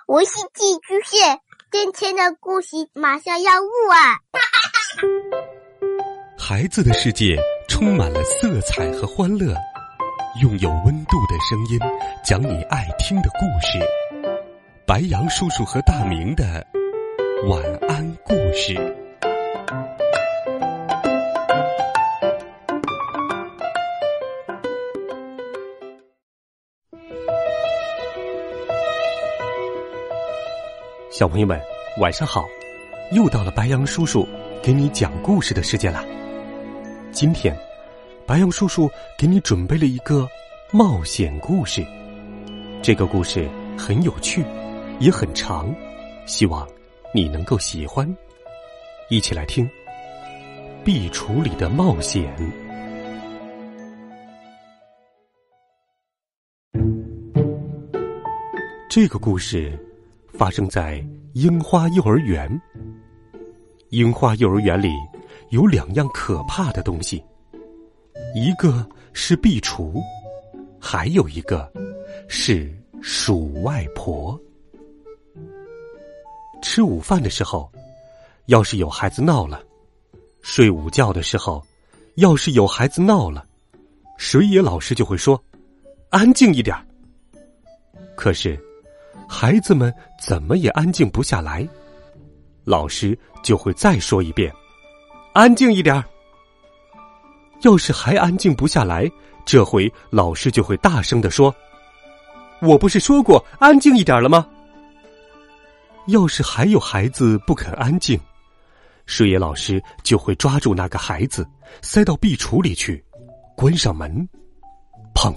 我是寄居蟹，今天的故事马上要录啊！ 孩子的世界充满了色彩和欢乐，用有温度的声音讲你爱听的故事。白羊叔叔和大明的晚安故事。小朋友们，晚上好！又到了白羊叔叔给你讲故事的时间了。今天，白羊叔叔给你准备了一个冒险故事。这个故事很有趣，也很长，希望你能够喜欢。一起来听《壁橱里的冒险》。这个故事发生在樱花幼儿园。樱花幼儿园里有2样可怕的东西，一个是壁橱，还有一个是鼠外婆。吃午饭的时候，要是有孩子闹了；睡午觉的时候，要是有孩子闹了，水野老师就会说：“安静一点。”可是孩子们怎么也安静不下来，老师就会再说一遍：“安静一点。”要是还安静不下来，这回老师就会大声地说：“我不是说过安静一点了吗？”要是还有孩子不肯安静，水野老师就会抓住那个孩子，塞到壁橱里去，关上门。砰！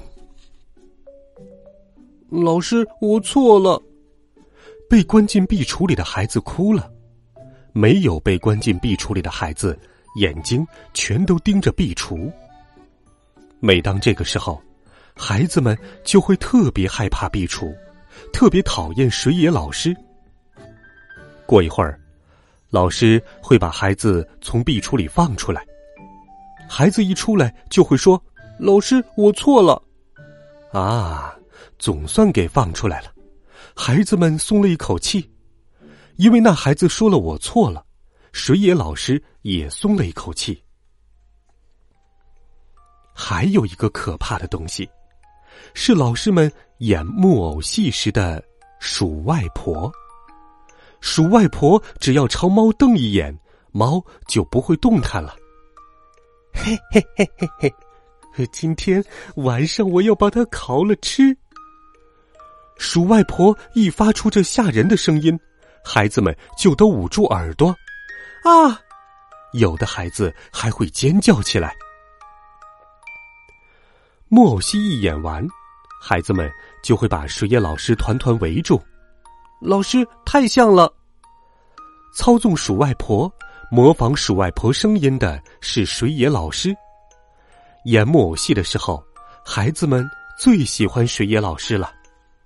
老师，我错了。被关进壁橱里的孩子哭了，没有被关进壁橱里的孩子眼睛全都盯着壁橱。每当这个时候，孩子们就会特别害怕壁橱，特别讨厌水野老师。过一会儿，老师会把孩子从壁橱里放出来，孩子一出来就会说：“老师，我错了。”啊，总算给放出来了，孩子们松了一口气，因为那孩子说了我错了，水野老师也松了一口气。还有一个可怕的东西，是老师们演木偶戏时的鼠外婆。鼠外婆只要朝猫瞪一眼，猫就不会动弹了。嘿嘿嘿嘿嘿，今天晚上我要把它烤了吃。鼠外婆一发出这吓人的声音，孩子们就都捂住耳朵。啊！有的孩子还会尖叫起来。木偶戏一演完，孩子们就会把水野老师团团围住。老师，太像了。操纵鼠外婆，模仿鼠外婆声音的是水野老师。演木偶戏的时候，孩子们最喜欢水野老师了。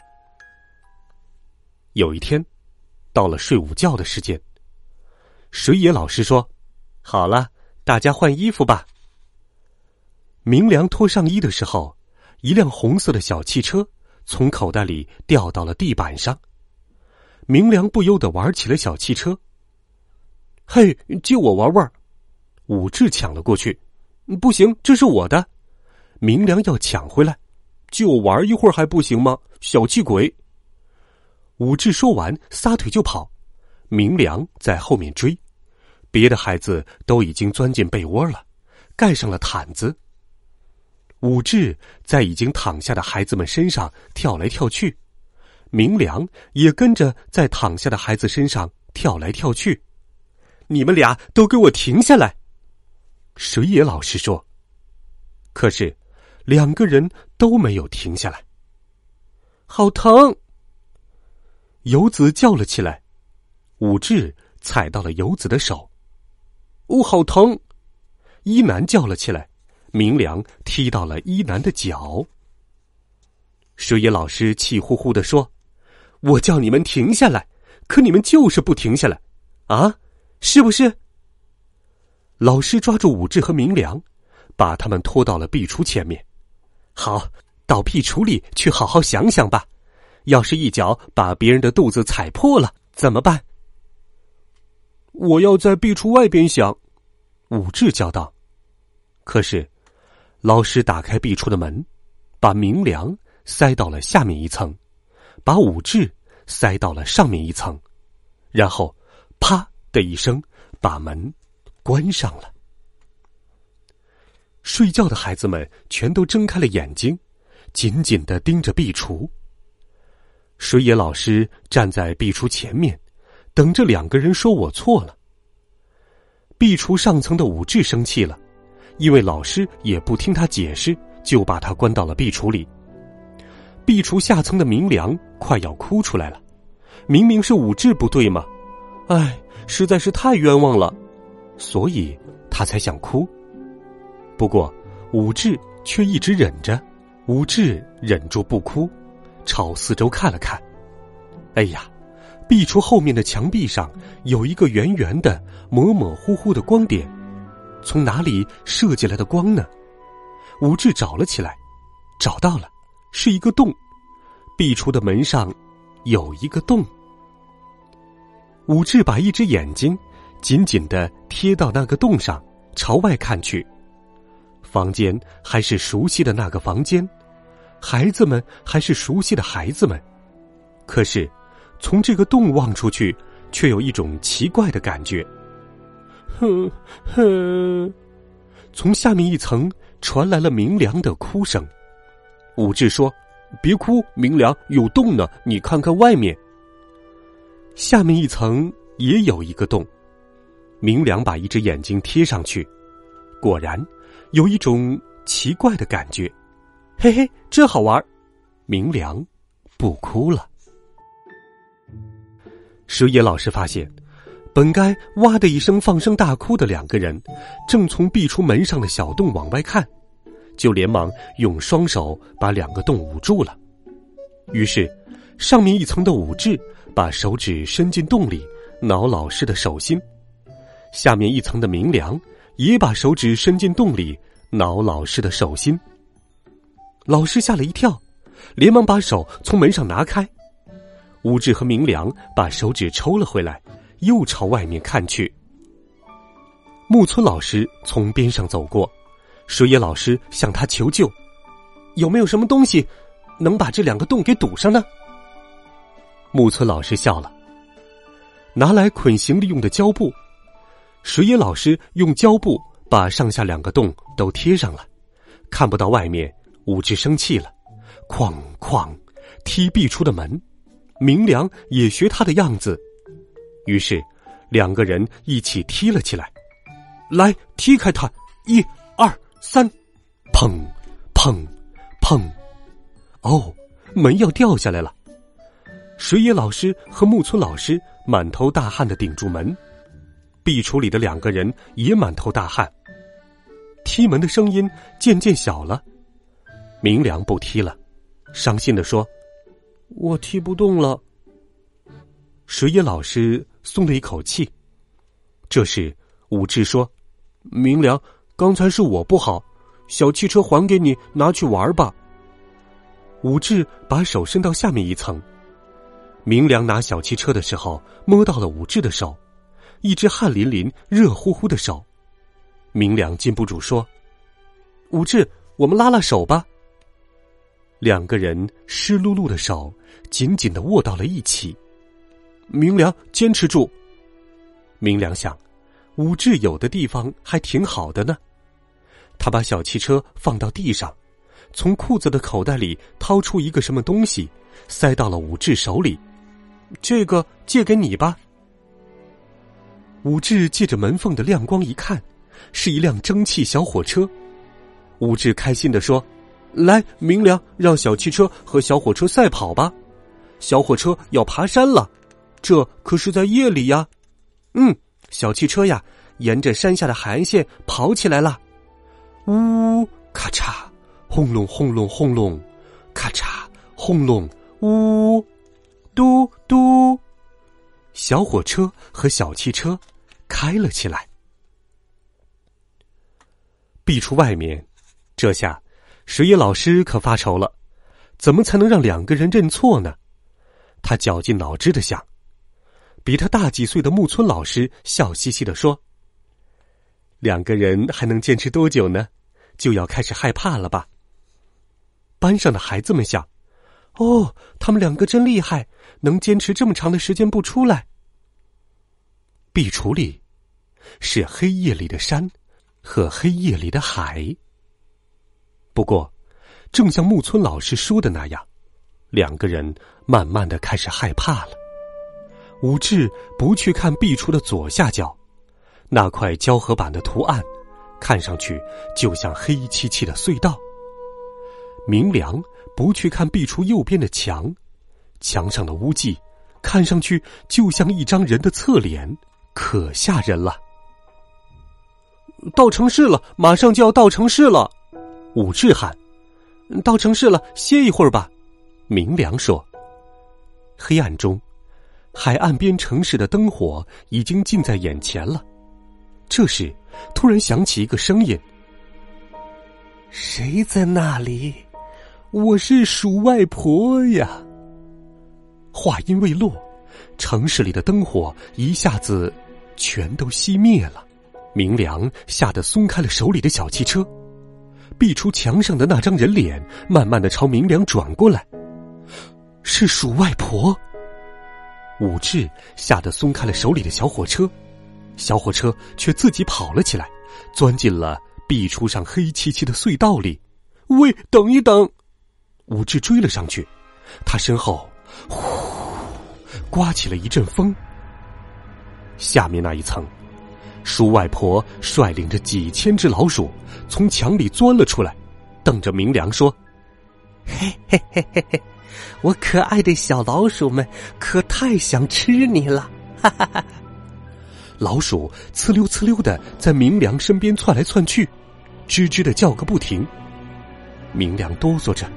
有一天，到了睡午觉的时间，水野老师说：“好了，大家换衣服吧。”明良脱上衣的时候，一辆红色的小汽车从口袋里掉到了地板上。明良不由得玩起了小汽车。嘿，借我玩玩！武志抢了过去。不行，这是我的。明良要抢回来。就玩一会儿还不行吗？小气鬼！武志说完，撒腿就跑。明良在后面追。别的孩子都已经钻进被窝了，盖上了毯子。武志在已经躺下的孩子们身上跳来跳去，明良也跟着在躺下的孩子身上跳来跳去。你们俩都给我停下来！水野老师说。可是2个人都没有停下来。好疼！游子叫了起来。武志踩到了游子的手。哦，好疼！一男叫了起来。明良踢到了一男的脚。水野老师气呼呼地说：“我叫你们停下来，可你们就是不停下来，啊，是不是？”老师抓住武志和明良，把他们拖到了壁橱前面。好，到壁橱里去好好想想吧。 要是一脚把别人的肚子踩破了，怎么办？我要在壁橱外边想，武志叫道。可是，老师打开壁橱的门，把明良塞到了下面一层，把武志塞到了上面一层，然后啪的一声把门关上了。睡觉的孩子们全都睁开了眼睛，紧紧地盯着壁橱。水野老师站在壁橱前面，等着两个人说我错了。壁橱上层的武志生气了，因为老师也不听他解释，就把他关到了壁橱里。壁橱下层的明良快要哭出来了，明明是武志不对嘛，唉，实在是太冤枉了，所以他才想哭。不过武志却一直忍着，武志忍住不哭，朝四周看了看。哎呀，壁橱后面的墙壁上有一个圆圆的模模糊糊的光点，从哪里射进来的光呢？武志找了起来，找到了，是一个洞，壁橱的门上有一个洞。武志把一只眼睛紧紧地贴到那个洞上，朝外看去。房间还是熟悉的那个房间，孩子们还是熟悉的孩子们，可是从这个洞望出去，却有一种奇怪的感觉。哼哼，从下面一层传来了明良的哭声。武志说：“别哭，明良，有洞呢，你看看外面。”下面一层也有一个洞，明良把一只眼睛贴上去，果然有一种奇怪的感觉。嘿嘿，真好玩！明良不哭了。水野老师发现，本该哇的一声放声大哭的两个人，正从壁橱门上的小洞往外看，就连忙用双手把两个洞捂住了。于是，上面一层的武志把手指伸进洞里挠老师的手心，下面一层的明良也把手指伸进洞里挠老师的手心。老师吓了一跳，连忙把手从门上拿开。武志和明良把手指抽了回来，又朝外面看去。木村老师从边上走过，水野老师向他求救，有没有什么东西能把这两个洞给堵上呢？木村老师笑了，拿来捆行李用的胶布。水野老师用胶布把上下两个洞都贴上了，看不到外面。武志生气了，哐哐踢壁橱的门，明良也学他的样子，于是两个人一起踢了起来。来，踢开他！1、2、3，砰砰砰！哦，门要掉下来了。水野老师和木村老师满头大汗地顶住门，壁橱里的两个人也满头大汗。踢门的声音渐渐小了。明良不踢了，伤心地说：“我踢不动了。”水野老师松了一口气。这时武志说：“明良，刚才是我不好，小汽车还给你，拿去玩吧。”武志把手伸到下面一层。明良拿小汽车的时候，摸到了武志的手，一只汗淋淋、热乎乎的手。明良禁不住说：“武志，我们拉拉手吧。”两个人湿漉漉的手紧紧地握到了一起。明良，坚持住！明良想，武志有的地方还挺好的呢。他把小汽车放到地上，从裤子的口袋里掏出一个什么东西，塞到了武志手里。这个借给你吧。武志借着门缝的亮光一看，是一辆蒸汽小火车。武志开心地说：“来，明良，让小汽车和小火车赛跑吧。小火车要爬山了，这可是在夜里呀。小汽车呀，沿着山下的海岸线跑起来了。呜，咔嚓，轰隆轰隆轰隆，咔嚓，轰隆，呜，嘟嘟。小火车和小汽车开了起来。壁橱外面，这下水野老师可发愁了，怎么才能让两个人认错呢？ 他绞尽脑汁地想。比他大几岁的木村老师笑嘻嘻地说：“两个人还能坚持多久呢？就要开始害怕了吧？”班上的孩子们想：“哦，他们两个真厉害，能坚持这么长的时间不出来。”壁橱里是黑夜里的山和黑夜里的海。不过，正像木村老师说的那样，两个人慢慢地开始害怕了。武志不去看壁橱的左下角，那块胶合板的图案看上去就像黑漆漆的隧道。明良不去看壁橱右边的墙，墙上的污迹看上去就像一张人的侧脸，可吓人了。到城市了，马上就要到城市了，武志喊。到城市了，歇一会儿吧，明良说。黑暗中，海岸边城市的灯火已经近在眼前了。这时突然响起一个声音：“谁在那里？我是鼠外婆呀。”话音未落，城市里的灯火一下子全都熄灭了。明良吓得松开了手里的小汽车，壁橱墙上的那张人脸慢慢地朝明良转过来。是鼠外婆。武志吓得松开了手里的小火车，小火车却自己跑了起来，钻进了壁橱上黑漆漆的隧道里。喂，等一等！武志追了上去，他身后呼刮起了一阵风。下面那一层，鼠外婆率领着几千只老鼠从墙里钻了出来，瞪着明良说：“嘿嘿嘿嘿嘿，我可爱的小老鼠们可太想吃你了，哈哈哈！”老鼠呲溜呲溜的在明良身边窜来窜去，吱吱的叫个不停。明良哆嗦着，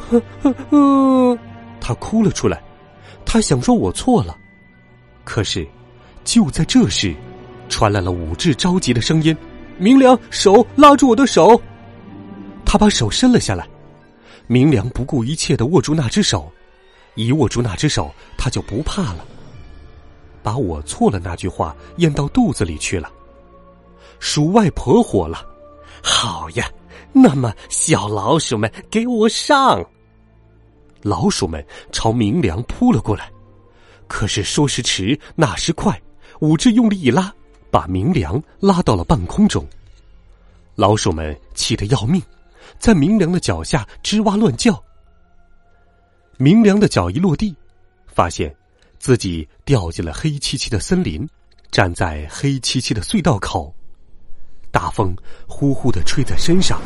他哭了出来。他想说我错了，可是就在这时，传来了武志着急的声音：“明良，手，拉住我的手！”他把手伸了下来。明良不顾一切地握住那只手，一握住那只手，他就不怕了。把我错了那句话咽到肚子里去了。鼠外婆火了：“好呀，那么小老鼠们给我上！”老鼠们朝明良扑了过来，可是说时迟，那时快，武志用力一拉，把明良拉到了半空中。老鼠们气得要命，在明良的脚下吱哇乱叫。明良的脚一落地，发现自己掉进了黑漆漆的森林，站在黑漆漆的隧道口，大风呼呼地吹在身上。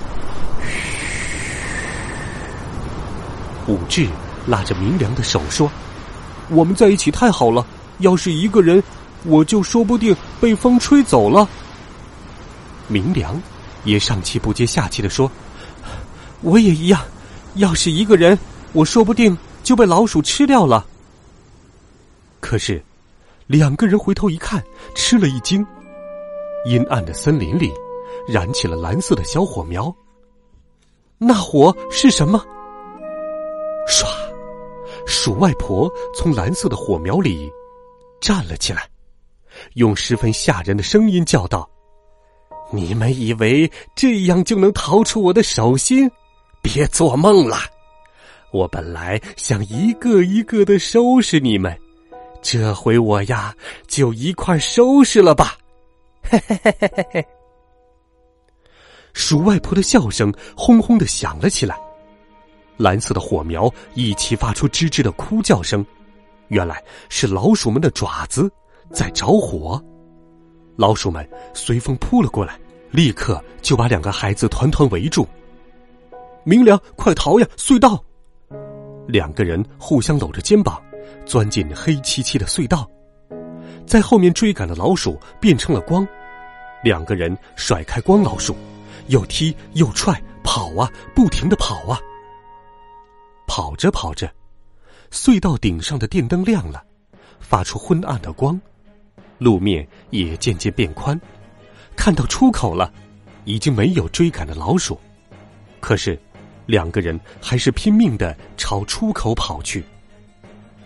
武志拉着明良的手说：“我们在一起太好了，要是一个人，我就说不定被风吹走了。”明良也上气不接下气地说：“我也一样，要是一个人，我说不定就被老鼠吃掉了。”可是两个人回头一看，吃了一惊。阴暗的森林里燃起了蓝色的小火苗。那火是什么？唰，鼠外婆从蓝色的火苗里站了起来，用十分吓人的声音叫道：“你们以为这样就能逃出我的手心？别做梦了！我本来想一个一个的收拾你们，这回我呀就一块收拾了吧！”嘿嘿嘿嘿嘿嘿。鼠外婆的笑声轰轰地响了起来，蓝色的火苗一起发出吱吱的哭叫声，原来是老鼠们的爪子在着火。老鼠们随风扑了过来，立刻就把两个孩子团团围住。明良，快逃呀，隧道！两个人互相搂着肩膀，钻进黑漆漆的隧道。在后面追赶的老鼠变成了光，两个人甩开光老鼠，又踢又踹，跑啊，不停地跑啊。跑着跑着，隧道顶上的电灯亮了，发出昏暗的光，路面也渐渐变宽，看到出口了，已经没有追赶的老鼠。可是两个人还是拼命地朝出口跑去。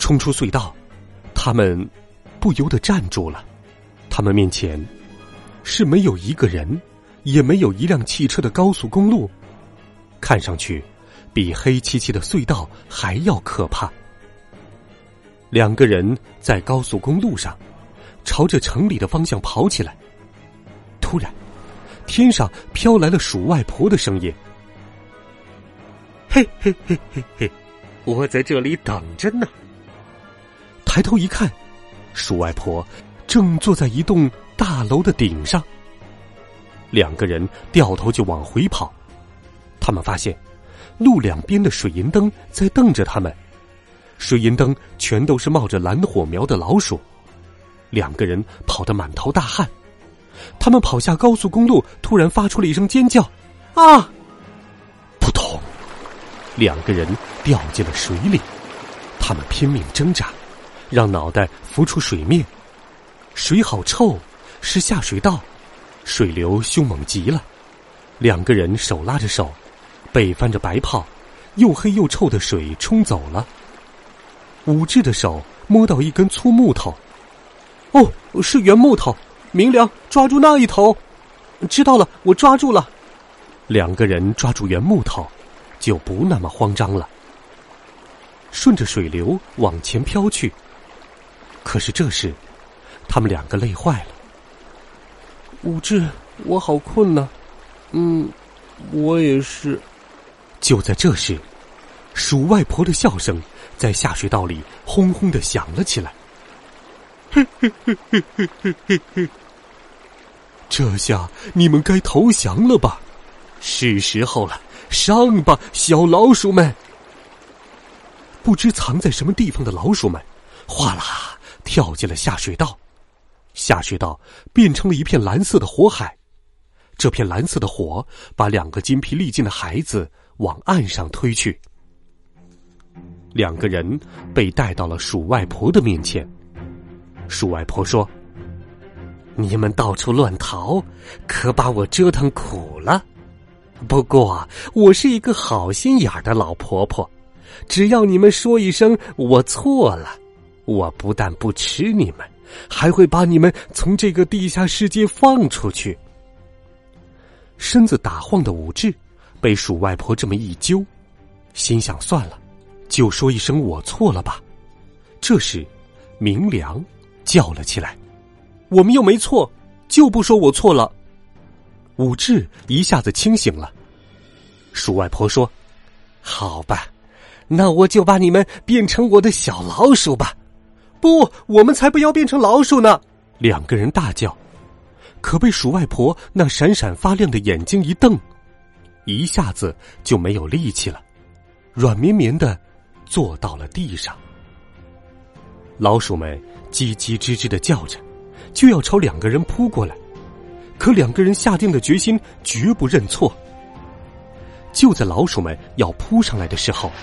冲出隧道，他们不由得站住了。他们面前是没有一个人，也没有一辆汽车的高速公路，看上去比黑漆漆的隧道还要可怕。两个人在高速公路上朝着城里的方向跑起来。突然，天上飘来了鼠外婆的声音：嘿嘿嘿嘿嘿，我在这里等着呢。抬头一看，鼠外婆正坐在一栋大楼的顶上。两个人掉头就往回跑，他们发现路两边的水银灯在瞪着他们，水银灯全都是冒着蓝火苗的老鼠。两个人跑得满头大汗，他们跑下高速公路，突然发出了一声尖叫：啊！扑通，两个人掉进了水里。他们拼命挣扎，让脑袋浮出水面。水好臭，是下水道，水流凶猛极了。两个人手拉着手，背翻着白泡，又黑又臭的水冲走了。武志的手摸到一根粗木头，哦，是圆木头，明良，抓住那一头。知道了，我抓住了。两个人抓住圆木头，就不那么慌张了，顺着水流往前飘去。可是这时，他们两个累坏了。武志，我好困呢。我也是。就在这时，鼠外婆的笑声在下水道里轰轰地响了起来。嘿嘿嘿嘿嘿嘿嘿嘿，这下你们该投降了吧？是时候了，上吧，小老鼠们！不知藏在什么地方的老鼠们，哗啦跳进了下水道。下水道变成了一片蓝色的火海，这片蓝色的火把两个筋疲力尽的孩子往岸上推去。两个人被带到了鼠外婆的面前。鼠外婆说：你们到处乱逃，可把我折腾苦了。不过我是一个好心眼的老婆婆，只要你们说一声我错了，我不但不吃你们，还会把你们从这个地下世界放出去。身子打晃的武志被鼠外婆这么一揪，心想算了，就说一声我错了吧。这时明良叫了起来：我们又没错，就不说我错了。武志一下子清醒了。鼠外婆说：好吧，那我就把你们变成我的小老鼠吧。不，我们才不要变成老鼠呢！两个人大叫，可被鼠外婆那闪闪发亮的眼睛一瞪，一下子就没有力气了，软绵绵的坐到了地上。老鼠们叽叽吱吱的叫着，就要朝两个人扑过来，可两个人下定了决心，绝不认错。就在老鼠们要扑上来的时候，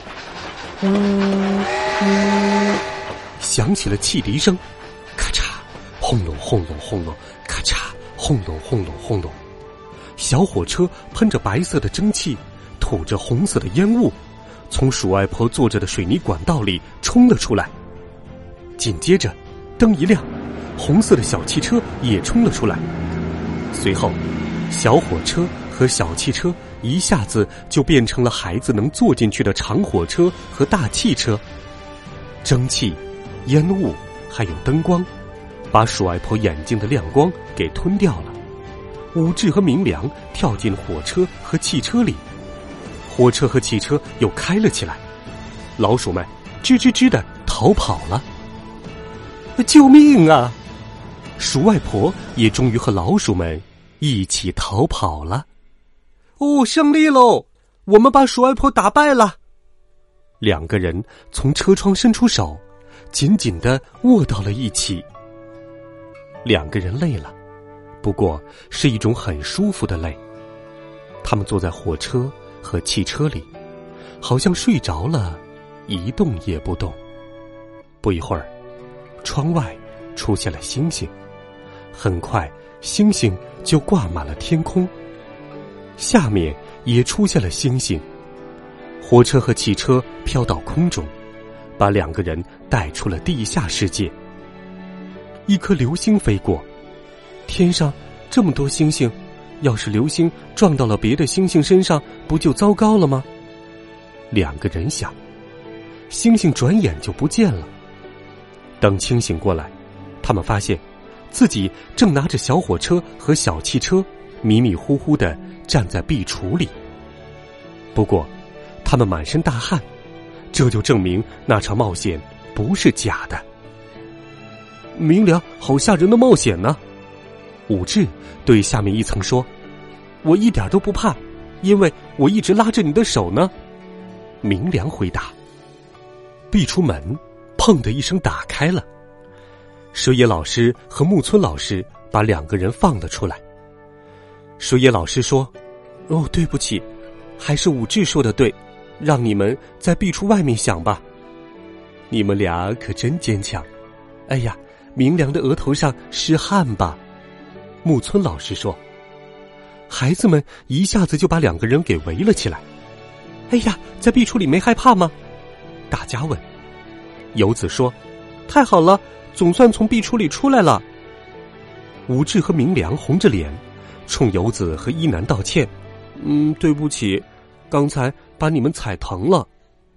响起了汽笛声，咔嚓，轰隆轰隆轰隆，咔嚓，轰隆轰隆轰隆。小火车喷着白色的蒸汽，吐着红色的烟雾，从鼠外婆坐着的水泥管道里冲了出来。紧接着，灯一亮，红色的小汽车也冲了出来。随后，小火车和小汽车一下子就变成了孩子能坐进去的长火车和大汽车。蒸汽、烟雾还有灯光，把鼠外婆眼睛的亮光给吞掉了。武志和明良跳进火车和汽车里，火车和汽车又开了起来，老鼠们吱吱吱地逃跑了。救命啊！鼠外婆也终于和老鼠们一起逃跑了。哦，胜利喽！我们把鼠外婆打败了。两个人从车窗伸出手，紧紧地握到了一起。两个人累了，不过是一种很舒服的累。他们坐在火车和汽车里，好像睡着了，一动也不动。不一会儿，窗外出现了星星，很快星星就挂满了天空，下面也出现了星星。火车和汽车飘到空中， 把两个人带出了地下世界。一颗流星飞过，天上这么多星星，要是流星撞到了别的星星身上，不就糟糕了吗？两个人想，星星转眼就不见了。等清醒过来，他们发现自己正拿着小火车和小汽车迷迷糊糊地站在壁橱里。不过他们满身大汗，这就证明那场冒险不是假的。明良好吓人的冒险呢，武志对下面一层说，我一点都不怕，因为我一直拉着你的手呢。明良回答。壁橱门砰的一声打开了，蛇野老师和木村老师把两个人放了出来。蛇野老师说，哦，对不起，还是武志说的对，让你们在壁橱外面想吧。你们俩可真坚强。哎呀，明良的额头上是汗吧？木村老师说。孩子们一下子就把两个人给围了起来。哎呀，在壁橱里没害怕吗？大家问。游子说，太好了，总算从壁橱里出来了。武志和明良红着脸冲游子和一男道歉，对不起，刚才把你们踩疼了。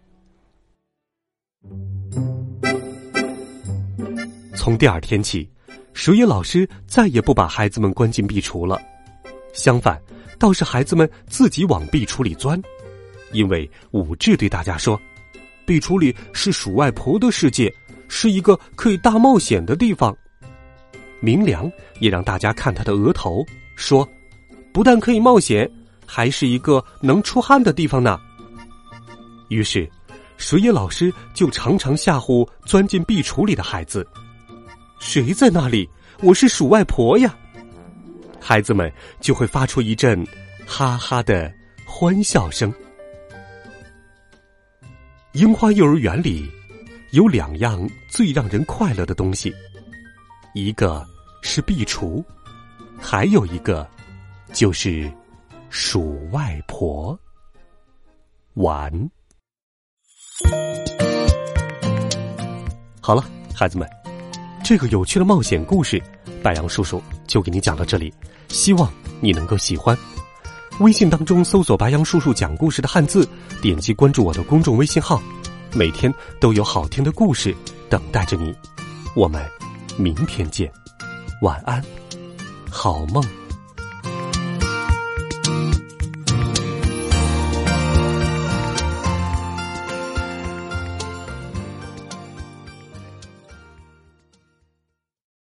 从第二天起，蛇野老师再也不把孩子们关进壁橱了，相反，倒是孩子们自己往壁橱里钻。因为武志对大家说，壁橱里是鼠外婆的世界，是一个可以大冒险的地方。明良也让大家看他的额头，说，不但可以冒险，还是一个能出汗的地方呢。于是蛇野老师就常常吓唬钻进壁橱里的孩子，谁在那里？我是鼠外婆呀！孩子们就会发出一阵哈哈的欢笑声。樱花幼儿园里有两样最让人快乐的东西，一个是壁橱，还有一个就是鼠外婆。完。好了，孩子们，这个有趣的冒险故事，白杨叔叔就给你讲到这里，希望你能够喜欢。微信当中搜索白杨叔叔讲故事的汉字，点击关注我的公众微信号，每天都有好听的故事等待着你。我们明天见，晚安，好梦。